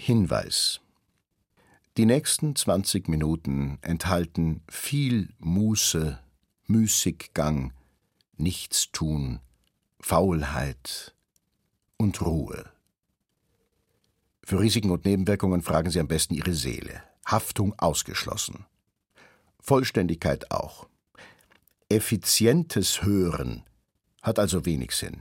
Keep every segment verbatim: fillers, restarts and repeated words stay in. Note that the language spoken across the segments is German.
Hinweis: Die nächsten zwanzig Minuten enthalten viel Muße, Müßiggang, Nichtstun, Faulheit und Ruhe. Für Risiken und Nebenwirkungen fragen Sie am besten Ihre Seele. Haftung ausgeschlossen. Vollständigkeit auch. Effizientes Hören hat also wenig Sinn.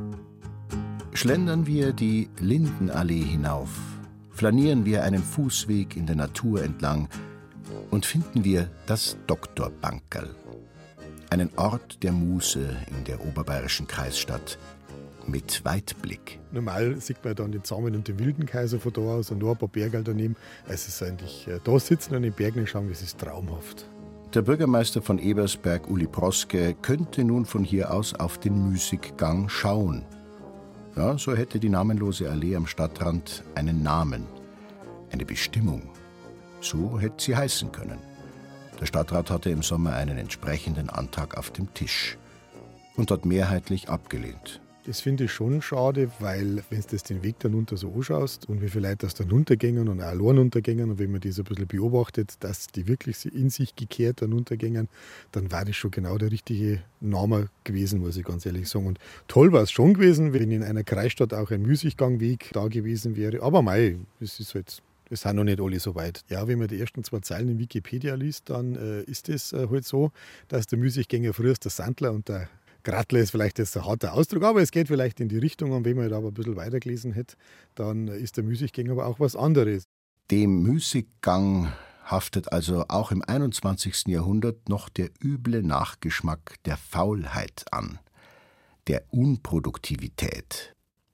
Schlendern wir die Lindenallee hinauf, flanieren wir einen Fußweg in der Natur entlang und finden wir das Doktorbankerl, einen Ort der Muße in der oberbayerischen Kreisstadt mit Weitblick. Normal sieht man dann den Zahmen und den Wildenkaiser von da aus und noch ein paar Berge daneben. Es ist eigentlich, da sitzen und in den Bergen schauen, das ist traumhaft. Der Bürgermeister von Ebersberg, Uli Proske, könnte nun von hier aus auf den Müßiggang schauen. Ja, so hätte die namenlose Allee am Stadtrand einen Namen, eine Bestimmung. So hätte sie heißen können. Der Stadtrat hatte im Sommer einen entsprechenden Antrag auf dem Tisch und hat mehrheitlich abgelehnt. Das finde ich schon schade, weil wenn du den Weg dann runter so anschaust und wie viele Leute das dann runtergehen und auch allein runtergehen und wenn man das ein bisschen beobachtet, dass die wirklich in sich gekehrt dann runtergehen, dann war das schon genau der richtige Name gewesen, muss ich ganz ehrlich sagen. Und toll war es schon gewesen, wenn in einer Kreisstadt auch ein Müßiggangweg da gewesen wäre. Aber mei, es ist halt... Es sind noch nicht alle so weit. Ja, wenn man die ersten zwei Zeilen in Wikipedia liest, dann äh, ist es äh, halt so, dass der Müßiggänger früher der Sandler und der Grattler ist vielleicht jetzt ein harter Ausdruck, aber es geht vielleicht in die Richtung. Und wenn man da aber ein bisschen weitergelesen hätte, dann ist der Müßiggänger aber auch was anderes. Dem Müßiggang haftet also auch im einundzwanzigsten Jahrhundert noch der üble Nachgeschmack der Faulheit an, der Unproduktivität.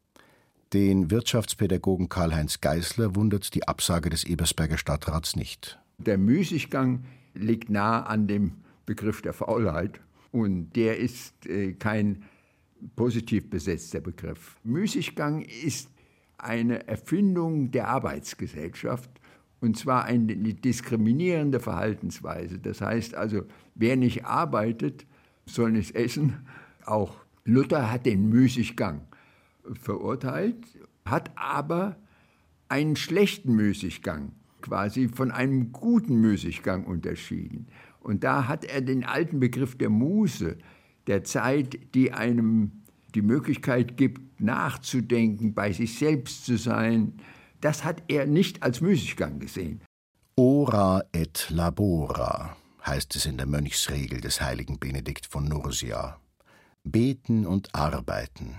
Den Wirtschaftspädagogen Karl-Heinz Geißler wundert die Absage des Ebersberger Stadtrats nicht. Der Müßiggang liegt nah an dem Begriff der Faulheit und der ist äh, kein positiv besetzter Begriff. Müßiggang ist eine Erfindung der Arbeitsgesellschaft und zwar eine diskriminierende Verhaltensweise. Das heißt also, wer nicht arbeitet, soll nicht essen. Auch Luther hat den Müßiggang verurteilt, hat aber einen schlechten Müßiggang quasi von einem guten Müßiggang unterschieden. Und da hat er den alten Begriff der Muße, der Zeit, die einem die Möglichkeit gibt, nachzudenken, bei sich selbst zu sein, das hat er nicht als Müßiggang gesehen. Ora et labora heißt es in der Mönchsregel des heiligen Benedikt von Nursia. Beten und arbeiten.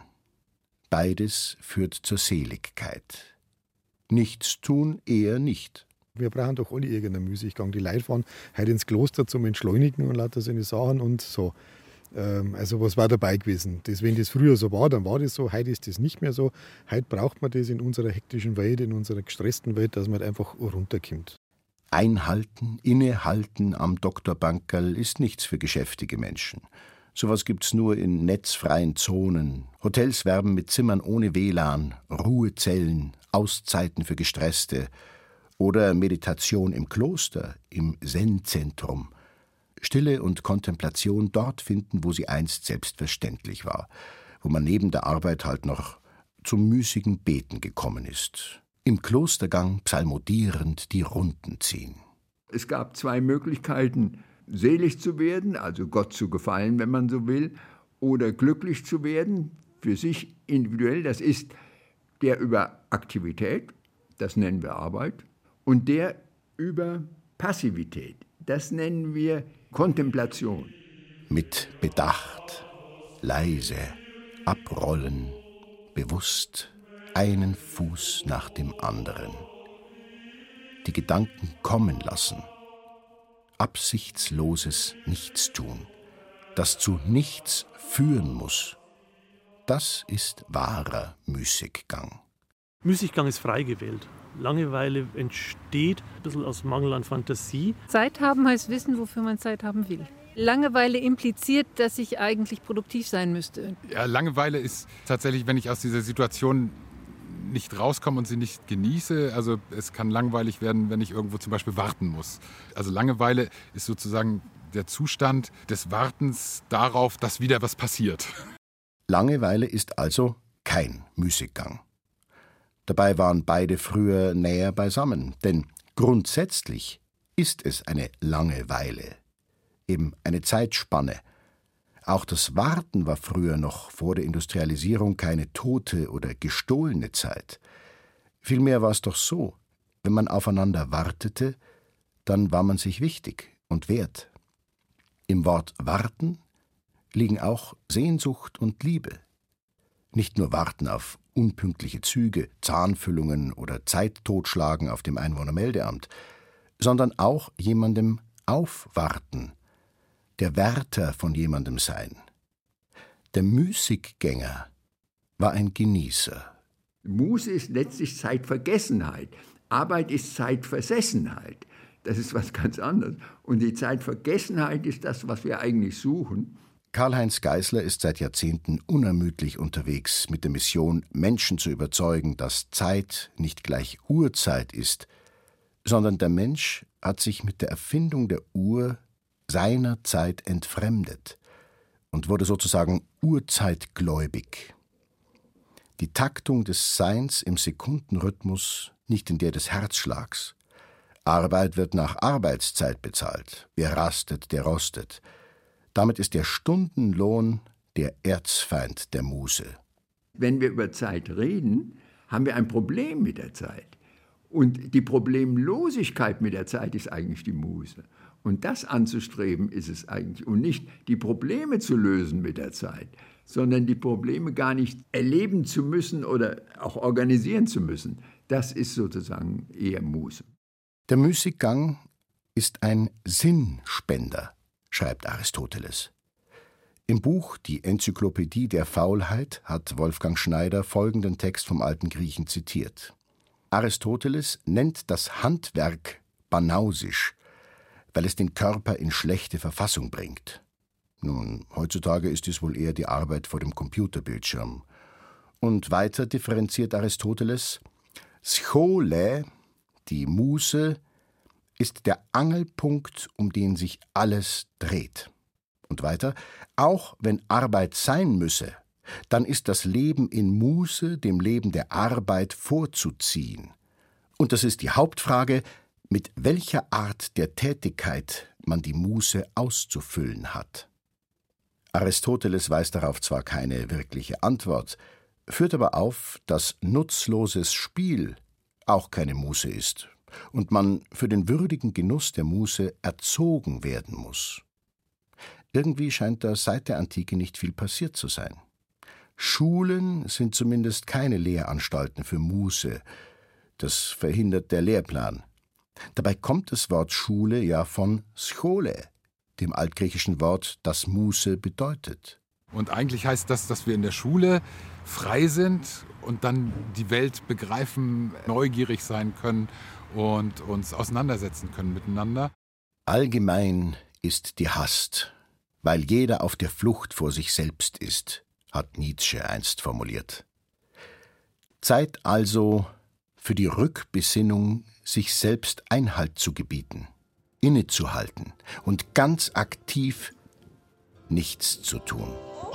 Beides führt zur Seligkeit. Nichts tun eher nicht. Wir brauchen doch alle irgendeinen Müßiggang. Die Leute fahren heute ins Kloster zum Entschleunigen und lauter seine Sachen und so. Ähm, also was war dabei gewesen? Das, wenn das früher so war, dann war das so. Heute ist das nicht mehr so. Heute braucht man das in unserer hektischen Welt, in unserer gestressten Welt, dass man halt einfach runterkommt. Einhalten, innehalten am Doktorbankerl ist nichts für geschäftige Menschen. Sowas gibt's nur in netzfreien Zonen. Hotels werben mit Zimmern ohne W L A N, Ruhezellen, Auszeiten für Gestresste oder Meditation im Kloster, im Zen-Zentrum. Stille und Kontemplation dort finden, wo sie einst selbstverständlich war, wo man neben der Arbeit halt noch zum müßigen Beten gekommen ist. Im Klostergang psalmodierend die Runden ziehen. Es gab zwei Möglichkeiten, selig zu werden, also Gott zu gefallen, wenn man so will, oder glücklich zu werden, für sich individuell. Das ist der über Aktivität, das nennen wir Arbeit, und der über Passivität, das nennen wir Kontemplation. Mit Bedacht, leise, abrollen, bewusst, einen Fuß nach dem anderen. Die Gedanken kommen lassen. Absichtsloses Nichtstun, das zu nichts führen muss. Das ist wahrer Müßiggang. Müßiggang ist frei gewählt. Langeweile entsteht ein bisschen aus Mangel an Fantasie. Zeit haben heißt wissen, wofür man Zeit haben will. Langeweile impliziert, dass ich eigentlich produktiv sein müsste. Ja, Langeweile ist tatsächlich, wenn ich aus dieser Situation nicht rauskomme und sie nicht genieße. Also es kann langweilig werden, wenn ich irgendwo zum Beispiel warten muss. Also Langeweile ist sozusagen der Zustand des Wartens darauf, dass wieder was passiert. Langeweile ist also kein Müßiggang. Dabei waren beide früher näher beisammen, denn grundsätzlich ist es eine Langeweile, eben eine Zeitspanne. Auch das Warten war früher noch vor der Industrialisierung keine tote oder gestohlene Zeit. Vielmehr war es doch so, wenn man aufeinander wartete, dann war man sich wichtig und wert. Im Wort warten liegen auch Sehnsucht und Liebe. Nicht nur warten auf unpünktliche Züge, Zahnfüllungen oder Zeittotschlagen auf dem Einwohnermeldeamt, sondern auch jemandem aufwarten, der Wärter von jemandem sein. Der Müßiggänger war ein Genießer. Muße ist letztlich Zeitvergessenheit. Arbeit ist Zeitversessenheit. Das ist was ganz anderes. Und die Zeitvergessenheit ist das, was wir eigentlich suchen. Karl-Heinz Geisler ist seit Jahrzehnten unermüdlich unterwegs mit der Mission, Menschen zu überzeugen, dass Zeit nicht gleich Uhrzeit ist, sondern der Mensch hat sich mit der Erfindung der Uhr seiner Zeit entfremdet und wurde sozusagen urzeitgläubig. Die Taktung des Seins im Sekundenrhythmus, nicht in der des Herzschlags. Arbeit wird nach Arbeitszeit bezahlt. Wer rastet, der rostet. Damit ist der Stundenlohn der Erzfeind der Muße. Wenn wir über Zeit reden, haben wir ein Problem mit der Zeit. Und die Problemlosigkeit mit der Zeit ist eigentlich die Muße. Und das anzustreben ist es eigentlich. Und nicht die Probleme zu lösen mit der Zeit, sondern die Probleme gar nicht erleben zu müssen oder auch organisieren zu müssen. Das ist sozusagen eher Muße. Der Müßiggang ist ein Sinnspender, schreibt Aristoteles. Im Buch Die Enzyklopädie der Faulheit hat Wolfgang Schneider folgenden Text vom alten Griechen zitiert. Aristoteles nennt das Handwerk banausisch, weil es den Körper in schlechte Verfassung bringt. Nun, heutzutage ist es wohl eher die Arbeit vor dem Computerbildschirm. Und weiter differenziert Aristoteles: Schole, die Muße, ist der Angelpunkt, um den sich alles dreht. Und weiter: Auch wenn Arbeit sein müsse, dann ist das Leben in Muße dem Leben der Arbeit vorzuziehen. Und das ist die Hauptfrage, mit welcher Art der Tätigkeit man die Muße auszufüllen hat. Aristoteles weiß darauf zwar keine wirkliche Antwort, führt aber auf, dass nutzloses Spiel auch keine Muße ist und man für den würdigen Genuss der Muße erzogen werden muss. Irgendwie scheint da seit der Antike nicht viel passiert zu sein. Schulen sind zumindest keine Lehranstalten für Muße. Das verhindert der Lehrplan. Dabei kommt das Wort Schule ja von Schole, dem altgriechischen Wort, das Muße bedeutet. Und eigentlich heißt das, dass wir in der Schule frei sind und dann die Welt begreifen, neugierig sein können und uns auseinandersetzen können miteinander. Allgemein ist die Hast, weil jeder auf der Flucht vor sich selbst ist, hat Nietzsche einst formuliert. Zeit also für die Rückbesinnung, sich selbst Einhalt zu gebieten, innezuhalten und ganz aktiv nichts zu tun.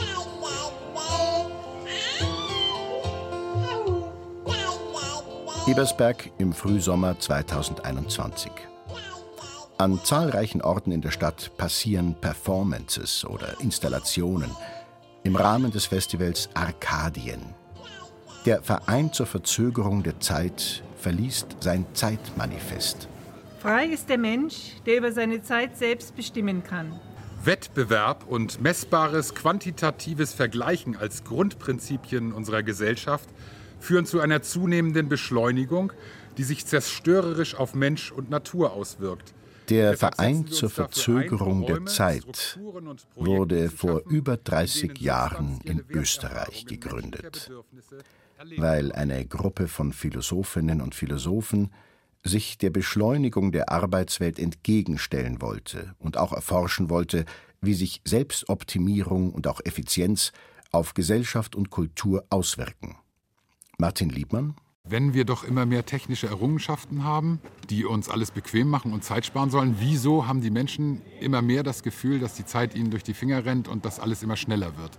Ebersberg im Frühsommer zweitausendeinundzwanzig. An zahlreichen Orten in der Stadt passieren Performances oder Installationen im Rahmen des Festivals Arkadien. Der Verein zur Verzögerung der Zeit verliest sein Zeitmanifest. Frei ist der Mensch, der über seine Zeit selbst bestimmen kann. Wettbewerb und messbares quantitatives Vergleichen als Grundprinzipien unserer Gesellschaft führen zu einer zunehmenden Beschleunigung, die sich zerstörerisch auf Mensch und Natur auswirkt. Der Verein zur Verzögerung der Zeit wurde vor über dreißig Jahren in Österreich gegründet, weil eine Gruppe von Philosophinnen und Philosophen sich der Beschleunigung der Arbeitswelt entgegenstellen wollte und auch erforschen wollte, wie sich Selbstoptimierung und auch Effizienz auf Gesellschaft und Kultur auswirken. Martin Liebmann: Wenn wir doch immer mehr technische Errungenschaften haben, die uns alles bequem machen und Zeit sparen sollen, wieso haben die Menschen immer mehr das Gefühl, dass die Zeit ihnen durch die Finger rennt und dass alles immer schneller wird?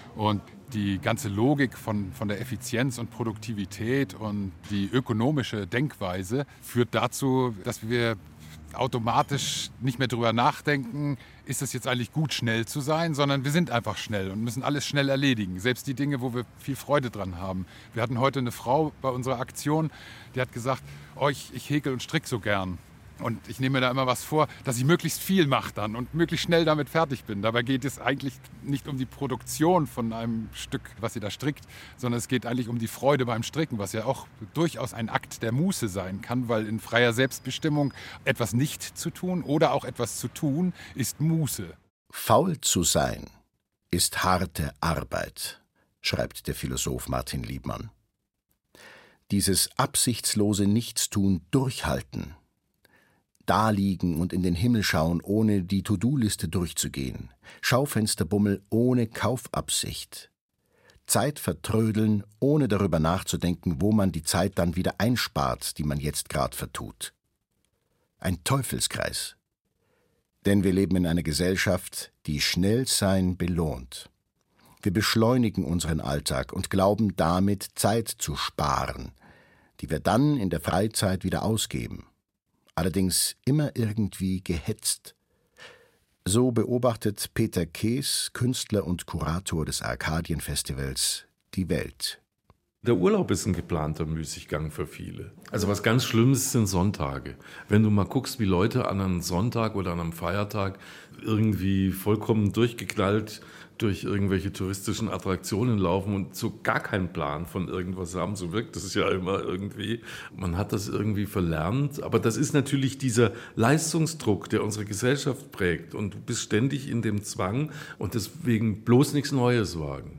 Und die ganze Logik von, von der Effizienz und Produktivität und die ökonomische Denkweise führt dazu, dass wir automatisch nicht mehr drüber nachdenken, ist es jetzt eigentlich gut, schnell zu sein, sondern wir sind einfach schnell und müssen alles schnell erledigen. Selbst die Dinge, wo wir viel Freude dran haben. Wir hatten heute eine Frau bei unserer Aktion, die hat gesagt, oh, ich, ich häkel und stricke so gern. Und ich nehme mir da immer was vor, dass ich möglichst viel mache dann und möglichst schnell damit fertig bin. Dabei geht es eigentlich nicht um die Produktion von einem Stück, was sie da strickt, sondern es geht eigentlich um die Freude beim Stricken, was ja auch durchaus ein Akt der Muße sein kann, weil in freier Selbstbestimmung etwas nicht zu tun oder auch etwas zu tun, ist Muße. Faul zu sein ist harte Arbeit, schreibt der Philosoph Martin Liebmann. Dieses absichtslose Nichtstun durchhalten, daliegen und in den Himmel schauen, ohne die To-Do-Liste durchzugehen, Schaufensterbummel ohne Kaufabsicht, Zeit vertrödeln, ohne darüber nachzudenken, wo man die Zeit dann wieder einspart, die man jetzt gerade vertut. Ein Teufelskreis. Denn wir leben in einer Gesellschaft, die Schnellsein belohnt. Wir beschleunigen unseren Alltag und glauben damit, Zeit zu sparen, die wir dann in der Freizeit wieder ausgeben. Allerdings immer irgendwie gehetzt. So beobachtet Peter Kees, Künstler und Kurator des Arkadien-Festivals, die Welt. Der Urlaub ist ein geplanter Müßiggang für viele. Also was ganz Schlimmes sind Sonntage. Wenn du mal guckst, wie Leute an einem Sonntag oder an einem Feiertag irgendwie vollkommen durchgeknallt durch irgendwelche touristischen Attraktionen laufen und so gar keinen Plan von irgendwas haben, so wirkt das ja immer irgendwie. Man hat das irgendwie verlernt, aber das ist natürlich dieser Leistungsdruck, der unsere Gesellschaft prägt und du bist ständig in dem Zwang und deswegen bloß nichts Neues wagen.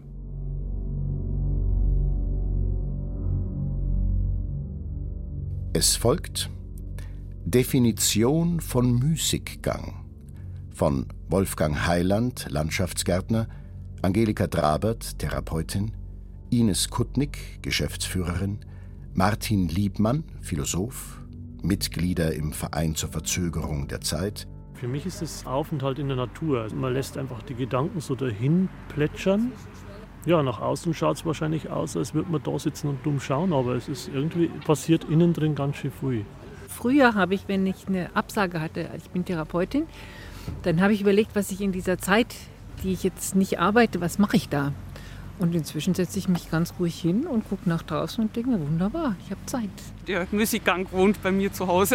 Es folgt Definition von Müßiggang von Wolfgang Heiland, Landschaftsgärtner, Angelika Drabert, Therapeutin, Ines Kutnik, Geschäftsführerin, Martin Liebmann, Philosoph, Mitglieder im Verein zur Verzögerung der Zeit. Für mich ist es Aufenthalt in der Natur. Man lässt einfach die Gedanken so dahin plätschern. Ja, nach außen schaut es wahrscheinlich aus, als würde man da sitzen und dumm schauen, aber es ist irgendwie passiert innen drin ganz schön viel. Früher habe ich, wenn ich eine Absage hatte, ich bin Therapeutin, dann habe ich überlegt, was ich in dieser Zeit, die ich jetzt nicht arbeite, was mache ich da? Und inzwischen setze ich mich ganz ruhig hin und gucke nach draußen und denke mir, wunderbar, ich habe Zeit. Der Müßiggang wohnt bei mir zu Hause.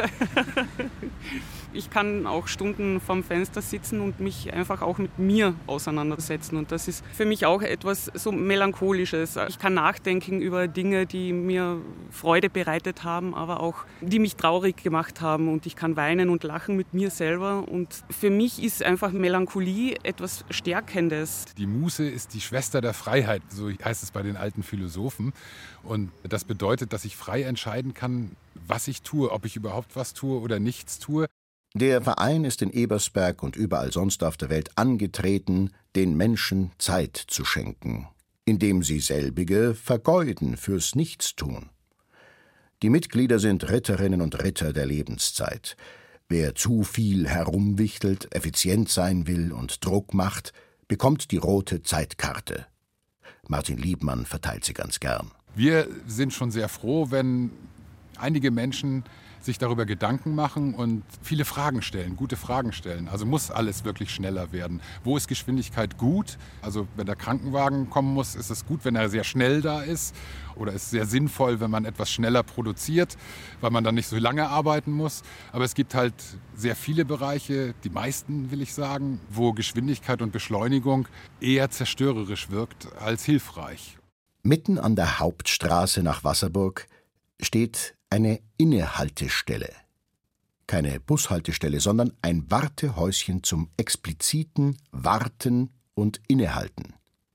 Ich kann auch Stunden vorm Fenster sitzen und mich einfach auch mit mir auseinandersetzen. Und das ist für mich auch etwas so Melancholisches. Ich kann nachdenken über Dinge, die mir Freude bereitet haben, aber auch die mich traurig gemacht haben. Und ich kann weinen und lachen mit mir selber. Und für mich ist einfach Melancholie etwas Stärkendes. Die Muße ist die Schwester der Freiheit, so heißt es bei den alten Philosophen. Und das bedeutet, dass ich frei entscheiden kann, was ich tue, ob ich überhaupt was tue oder nichts tue. Der Verein ist in Ebersberg und überall sonst auf der Welt angetreten, den Menschen Zeit zu schenken, indem sie selbige vergeuden fürs Nichtstun. Die Mitglieder sind Ritterinnen und Ritter der Lebenszeit. Wer zu viel herumwichtelt, effizient sein will und Druck macht, bekommt die rote Zeitkarte. Martin Liebmann verteilt sie ganz gern. Wir sind schon sehr froh, wenn einige Menschen sich darüber Gedanken machen und viele Fragen stellen, gute Fragen stellen. Also muss alles wirklich schneller werden? Wo ist Geschwindigkeit gut? Also wenn der Krankenwagen kommen muss, ist es gut, wenn er sehr schnell da ist. Oder ist es sehr sinnvoll, wenn man etwas schneller produziert, weil man dann nicht so lange arbeiten muss. Aber es gibt halt sehr viele Bereiche, die meisten will ich sagen, wo Geschwindigkeit und Beschleunigung eher zerstörerisch wirkt als hilfreich. Mitten an der Hauptstraße nach Wasserburg steht eine Innehaltestelle. Keine Bushaltestelle, sondern ein Wartehäuschen zum expliziten Warten und Innehalten.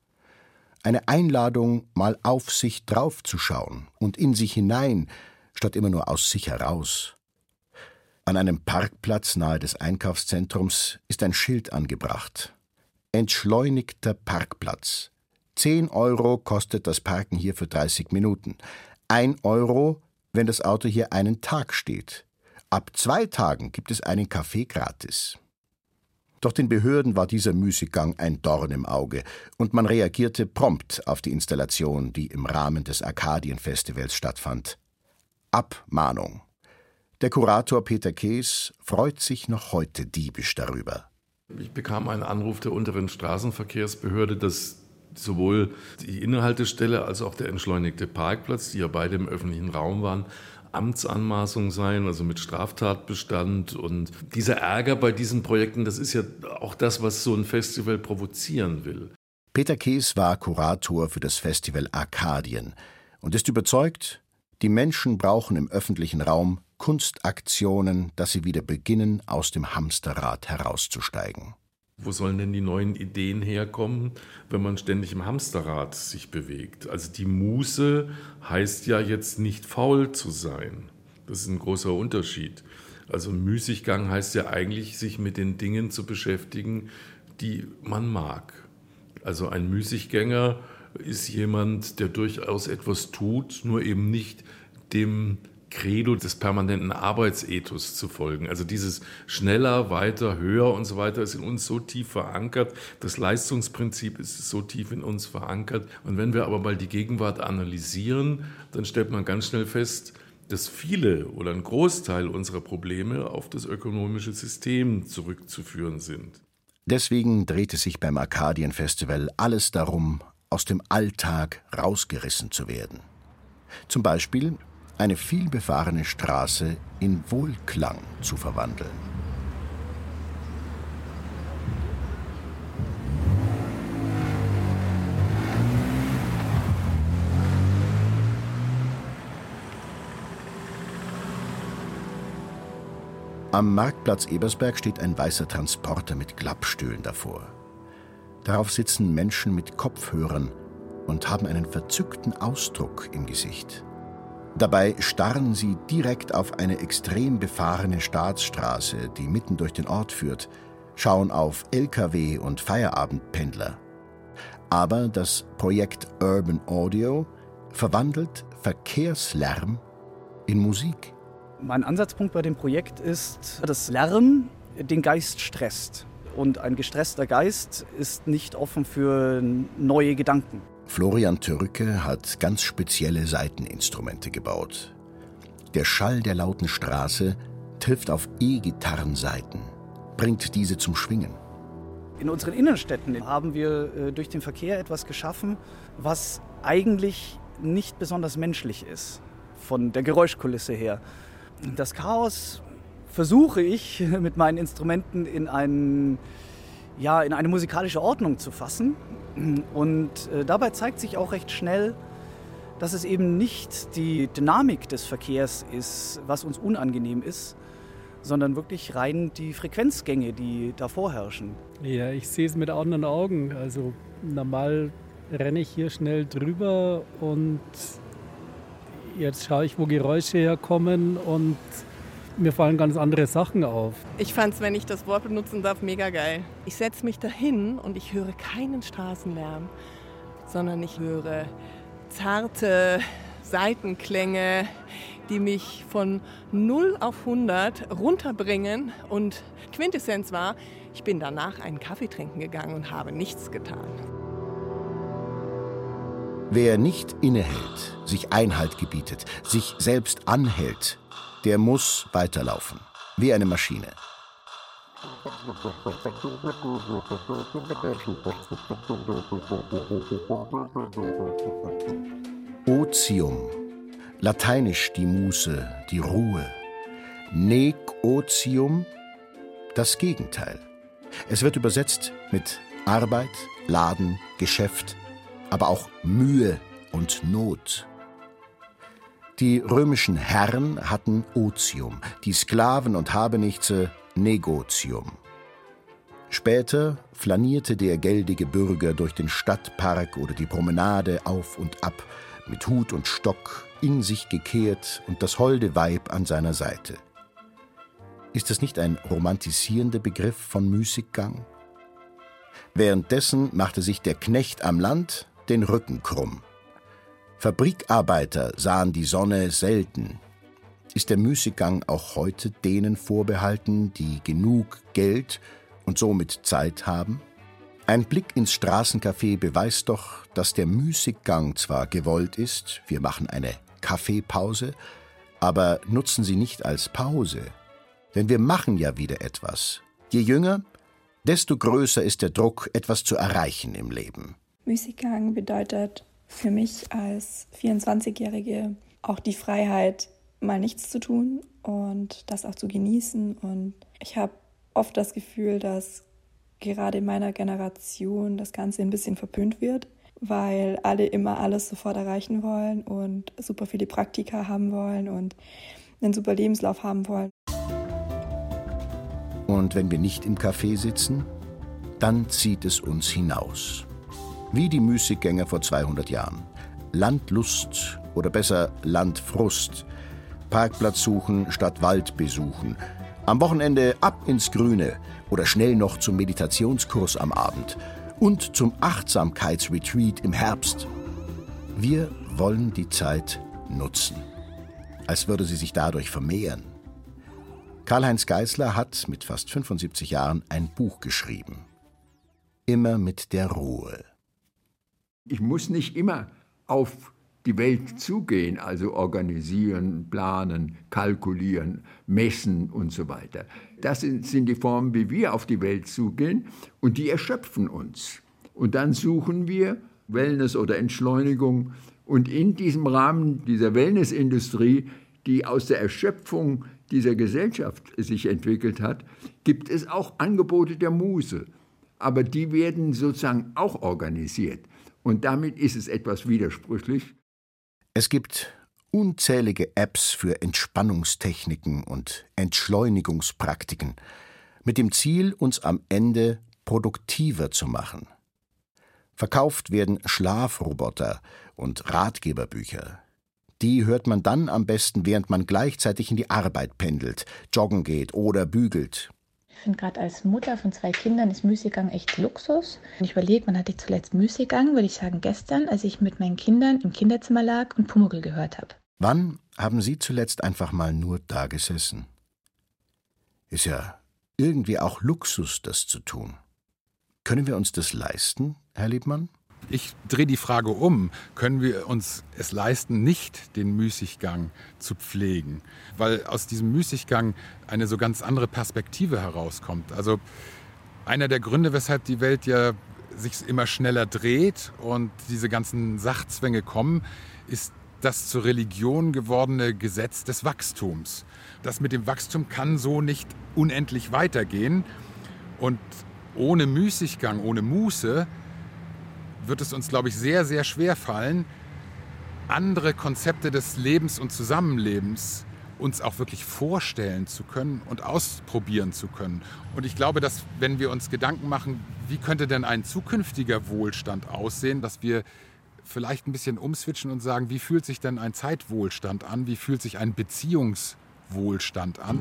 Eine Einladung, mal auf sich draufzuschauen und in sich hinein, statt immer nur aus sich heraus. An einem Parkplatz nahe des Einkaufszentrums ist ein Schild angebracht. Entschleunigter Parkplatz. Zehn Euro kostet das Parken hier für dreißig Minuten. Ein Euro, wenn das Auto hier einen Tag steht. Ab zwei Tagen gibt es einen Kaffee gratis. Doch den Behörden war dieser Müßiggang ein Dorn im Auge und man reagierte prompt auf die Installation, die im Rahmen des Arkadien-Festivals stattfand. Abmahnung. Der Kurator Peter Kees freut sich noch heute diebisch darüber. Ich bekam einen Anruf der unteren Straßenverkehrsbehörde, dass sowohl die Innehaltestelle als auch der entschleunigte Parkplatz, die ja beide im öffentlichen Raum waren, Amtsanmaßung seien, also mit Straftatbestand. Und dieser Ärger bei diesen Projekten, das ist ja auch das, was so ein Festival provozieren will. Peter Kees war Kurator für das Festival Arkadien und ist überzeugt, die Menschen brauchen im öffentlichen Raum Kunstaktionen, dass sie wieder beginnen, aus dem Hamsterrad herauszusteigen. Wo sollen denn die neuen Ideen herkommen, wenn man ständig im Hamsterrad sich bewegt? Also die Muße heißt ja jetzt nicht faul zu sein. Das ist ein großer Unterschied. Also Müßiggang heißt ja eigentlich, sich mit den Dingen zu beschäftigen, die man mag. Also ein Müßiggänger ist jemand, der durchaus etwas tut, nur eben nicht dem Credo des permanenten Arbeitsethos zu folgen. Also dieses schneller, weiter, höher und so weiter ist in uns so tief verankert. Das Leistungsprinzip ist so tief in uns verankert. Und wenn wir aber mal die Gegenwart analysieren, dann stellt man ganz schnell fest, dass viele oder ein Großteil unserer Probleme auf das ökonomische System zurückzuführen sind. Deswegen drehte sich beim Arkadien-Festival alles darum, aus dem Alltag rausgerissen zu werden. Zum Beispiel eine vielbefahrene Straße in Wohlklang zu verwandeln. Am Marktplatz Ebersberg steht ein weißer Transporter mit Klappstühlen davor. Darauf sitzen Menschen mit Kopfhörern und haben einen verzückten Ausdruck im Gesicht. Dabei starren sie direkt auf eine extrem befahrene Staatsstraße, die mitten durch den Ort führt, schauen auf L K W und Feierabendpendler. Aber das Projekt Urban Audio verwandelt Verkehrslärm in Musik. Mein Ansatzpunkt bei dem Projekt ist, dass Lärm den Geist stresst. Und ein gestresster Geist ist nicht offen für neue Gedanken. Florian Türke hat ganz spezielle Saiteninstrumente gebaut. Der Schall der lauten Straße trifft auf E-Gitarrensaiten, bringt diese zum Schwingen. In unseren Innenstädten haben wir äh, durch den Verkehr etwas geschaffen, was eigentlich nicht besonders menschlich ist, von der Geräuschkulisse her. Das Chaos versuche ich mit meinen Instrumenten in, einen, ja, in eine musikalische Ordnung zu fassen. Und äh, dabei zeigt sich auch recht schnell, dass es eben nicht die Dynamik des Verkehrs ist, was uns unangenehm ist, sondern wirklich rein die Frequenzgänge, die da vorherrschen. Ja, ich sehe es mit anderen Augen. Also normal renne ich hier schnell drüber und jetzt schaue ich, wo Geräusche herkommen und mir fallen ganz andere Sachen auf. Ich fand es, wenn ich das Wort benutzen darf, mega geil. Ich setze mich dahin und ich höre keinen Straßenlärm, sondern ich höre zarte Saitenklänge, die mich von null auf hundert runterbringen. Und Quintessenz war, ich bin danach einen Kaffee trinken gegangen und habe nichts getan. Wer nicht innehält, sich Einhalt gebietet, sich selbst anhält, der muss weiterlaufen, wie eine Maschine. Otium, lateinisch die Muße, die Ruhe. Nec otium, das Gegenteil. Es wird übersetzt mit Arbeit, Laden, Geschäft, aber auch Mühe und Not. Die römischen Herren hatten Otium, die Sklaven und Habenichtse Negotium. Später flanierte der geldige Bürger durch den Stadtpark oder die Promenade auf und ab, mit Hut und Stock, in sich gekehrt und das holde Weib an seiner Seite. Ist das nicht ein romantisierender Begriff von Müßiggang? Währenddessen machte sich der Knecht am Land den Rücken krumm. Fabrikarbeiter sahen die Sonne selten. Ist der Müßiggang auch heute denen vorbehalten, die genug Geld und somit Zeit haben? Ein Blick ins Straßencafé beweist doch, dass der Müßiggang zwar gewollt ist, wir machen eine Kaffeepause, aber nutzen sie nicht als Pause. Denn wir machen ja wieder etwas. Je jünger, desto größer ist der Druck, etwas zu erreichen im Leben. Müßiggang bedeutet für mich als vierundzwanzigjährige auch die Freiheit, mal nichts zu tun und das auch zu genießen. Und ich habe oft das Gefühl, dass gerade in meiner Generation das Ganze ein bisschen verpönt wird, weil alle immer alles sofort erreichen wollen und super viele Praktika haben wollen und einen super Lebenslauf haben wollen. Und wenn wir nicht im Café sitzen, dann zieht es uns hinaus. Wie die Müßiggänger vor zweihundert Jahren. Landlust oder besser Landfrust. Parkplatz suchen statt Wald besuchen. Am Wochenende ab ins Grüne oder schnell noch zum Meditationskurs am Abend und zum Achtsamkeitsretreat im Herbst. Wir wollen die Zeit nutzen, als würde sie sich dadurch vermehren. Karl-Heinz Geisler hat mit fast fünfundsiebzig Jahren ein Buch geschrieben. Immer mit der Ruhe. Ich muss nicht immer auf die Welt zugehen, also organisieren, planen, kalkulieren, messen und so weiter. Das sind die Formen, wie wir auf die Welt zugehen, und die erschöpfen uns. Und dann suchen wir Wellness oder Entschleunigung. Und in diesem Rahmen dieser Wellnessindustrie, die aus der Erschöpfung dieser Gesellschaft sich entwickelt hat, gibt es auch Angebote der Muße. Aber die werden sozusagen auch organisiert. Und damit ist es etwas widersprüchlich. Es gibt unzählige Apps für Entspannungstechniken und Entschleunigungspraktiken, mit dem Ziel, uns am Ende produktiver zu machen. Verkauft werden Schlafroboter und Ratgeberbücher. Die hört man dann am besten, während man gleichzeitig in die Arbeit pendelt, joggen geht oder bügelt. Ich finde, gerade als Mutter von zwei Kindern ist Müßiggang echt Luxus. Ich überlege, wann hatte ich zuletzt Müßiggang? Würde ich sagen gestern, als ich mit meinen Kindern im Kinderzimmer lag und Pumuckl gehört habe. Wann haben Sie zuletzt einfach mal nur da gesessen? Ist ja irgendwie auch Luxus, das zu tun. Können wir uns das leisten, Herr Liebmann? Ich drehe die Frage um, können wir uns es leisten, nicht den Müßiggang zu pflegen? Weil aus diesem Müßiggang eine so ganz andere Perspektive herauskommt. Also einer der Gründe, weshalb die Welt ja sich immer schneller dreht und diese ganzen Sachzwänge kommen, ist das zur Religion gewordene Gesetz des Wachstums. Das mit dem Wachstum kann so nicht unendlich weitergehen. Und ohne Müßiggang, ohne Muße, wird es uns, glaube ich, sehr, sehr schwer fallen, andere Konzepte des Lebens und Zusammenlebens uns auch wirklich vorstellen zu können und ausprobieren zu können. Und ich glaube, dass, wenn wir uns Gedanken machen, wie könnte denn ein zukünftiger Wohlstand aussehen, dass wir vielleicht ein bisschen umswitchen und sagen, wie fühlt sich denn ein Zeitwohlstand an, wie fühlt sich ein Beziehungswohlstand an?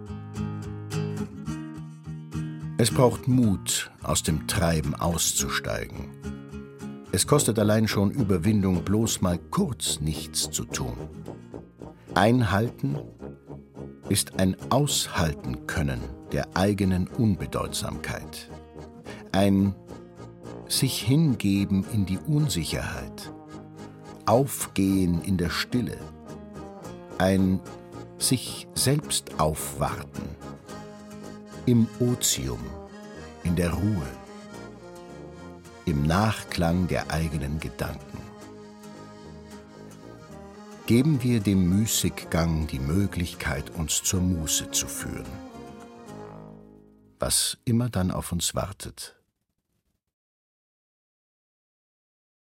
Es braucht Mut, aus dem Treiben auszusteigen. Es kostet allein schon Überwindung, bloß mal kurz nichts zu tun. Einhalten ist ein Aushalten können der eigenen Unbedeutsamkeit. Ein sich hingeben in die Unsicherheit. Aufgehen in der Stille. Ein sich selbst aufwarten. Im Otium, in der Ruhe. Im Nachklang der eigenen Gedanken. Geben wir dem Müßiggang die Möglichkeit, uns zur Muße zu führen. Was immer dann auf uns wartet.